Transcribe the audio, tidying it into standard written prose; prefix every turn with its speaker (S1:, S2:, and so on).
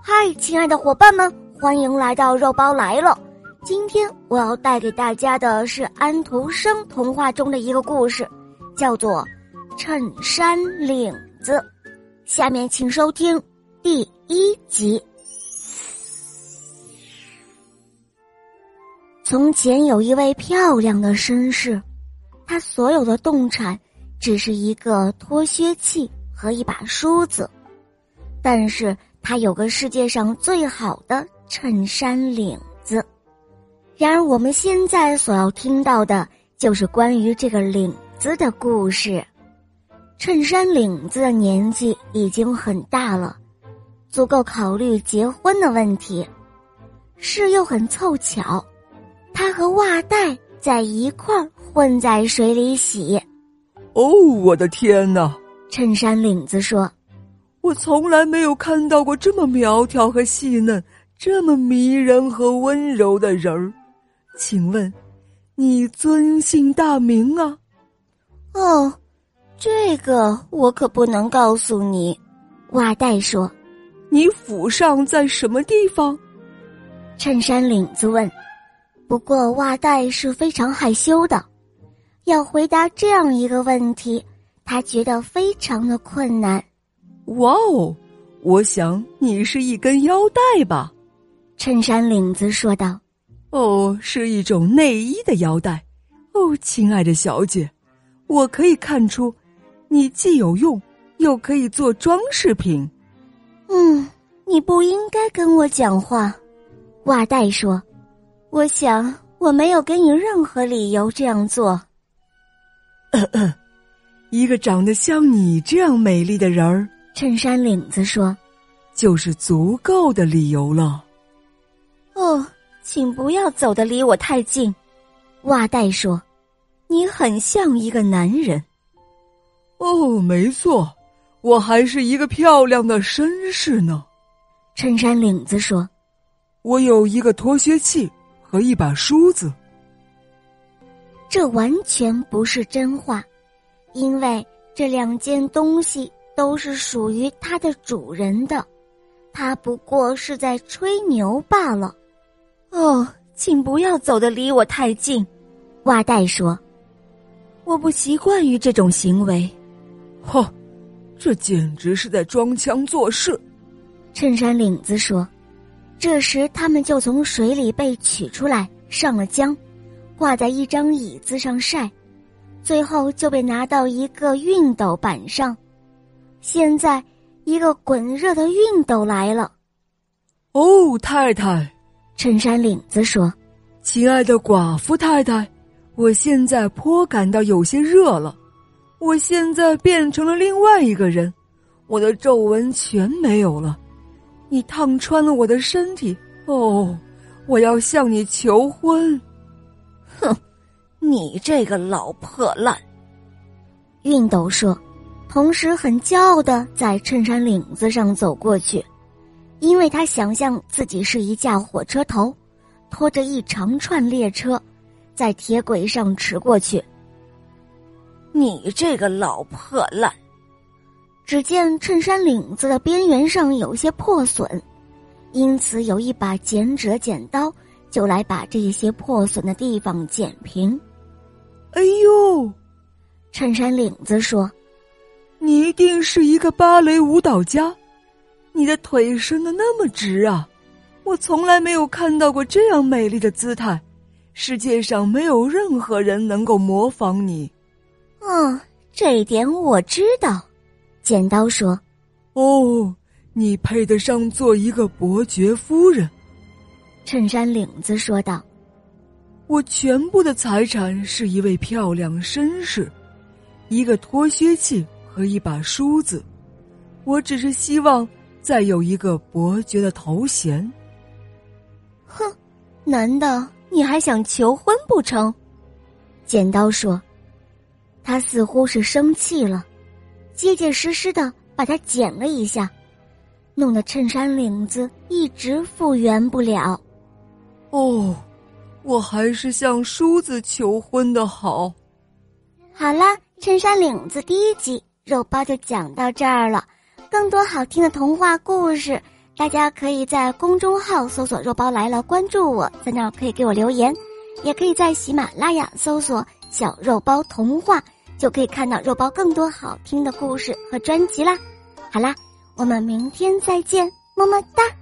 S1: 嗨，亲爱的伙伴们，欢迎来到肉包来了。今天我要带给大家的是安徒生童话中的一个故事，叫做《衬衫领子》。下面请收听第1集。从前有一位漂亮的绅士，他所有的动产只是一个脱靴器和一把梳子，但是他有个世界上最好的衬衫领子。然而我们现在所要听到的就是关于这个领子的故事。衬衫领子的年纪已经很大了，足够考虑结婚的问题。事又很凑巧，他和袜带在一块儿混在水里洗。
S2: 哦，我的天哪！
S1: 衬衫领子说，
S2: 我从来没有看到过这么苗条和细嫩，这么迷人和温柔的人儿。请问，你尊姓大名啊？
S1: 哦，这个我可不能告诉你。袜带说。
S2: 你府上在什么地方？
S1: 衬衫领子问。不过袜带是非常害羞的，要回答这样一个问题，他觉得非常的困难。
S2: 哇哦，我想你是一根腰带吧？
S1: 衬衫领子说道。
S2: 哦，是一种内衣的腰带。哦，亲爱的小姐，我可以看出，你既有用，又可以做装饰品。
S1: 你不应该跟我讲话。袜带说。我想我没有给你任何理由这样做。
S2: 一个长得像你这样美丽的人儿，
S1: 衬衫领子说，
S2: 就是足够的理由了。
S1: 哦，请不要走得离我太近。袜带说，你很像一个男人。
S2: 哦，没错，我还是一个漂亮的绅士呢。
S1: 衬衫领子说，
S2: 我有一个脱靴器和一把梳子。
S1: 这完全不是真话，因为这2件东西都是属于它的主人的，他不过是在吹牛罢了。哦，请不要走得离我太近。袜带说，我不习惯于这种行为。
S2: 哼，这简直是在装腔作势。
S1: 衬衫领子说。这时他们就从水里被取出来，上了浆，挂在一张椅子上晒，最后就被拿到一个熨斗板上。现在一个滚热的熨斗来了。
S2: 哦，太太，
S1: 衬衫领子说，
S2: 亲爱的寡妇太太，我现在颇感到有些热了。我现在变成了另外一个人，我的皱纹全没有了。你烫穿了我的身体，哦，我要向你求婚。
S1: 哼，你这个老破烂。熨斗说，同时很骄傲地在衬衫领子上走过去，因为他想象自己是一架火车头，拖着一长串列车，在铁轨上驰过去。你这个老破烂。只见衬衫领子的边缘上有些破损，因此有一把剪纸的剪刀就来把这些破损的地方剪平。
S2: 哎呦，
S1: 衬衫领子说，
S2: 你一定是一个芭蕾舞蹈家，你的腿伸得那么直啊，我从来没有看到过这样美丽的姿态，世界上没有任何人能够模仿你。
S1: 这一点我知道。剪刀说，
S2: 哦，你配得上做一个伯爵夫人。
S1: 衬衫领子说道，
S2: 我全部的财产是一位漂亮绅士，一个脱靴器和一把梳子，我只是希望再有一个伯爵的头衔。
S1: 哼，难道你还想求婚不成？剪刀说，他似乎是生气了，结结实实地把它剪了一下，弄得衬衫领子一直复原不了。
S2: 哦，我还是向梳子求婚的好。
S1: 好啦，衬衫领子第1集肉包就讲到这儿了。更多好听的童话故事， 大家可以在公众号搜索肉包来了关注我，在那儿可以给我留言，也可以在喜马拉雅搜索小肉包童话，就可以看到肉包更多好听的故事和专辑啦。好啦，我们明天再见，么么哒。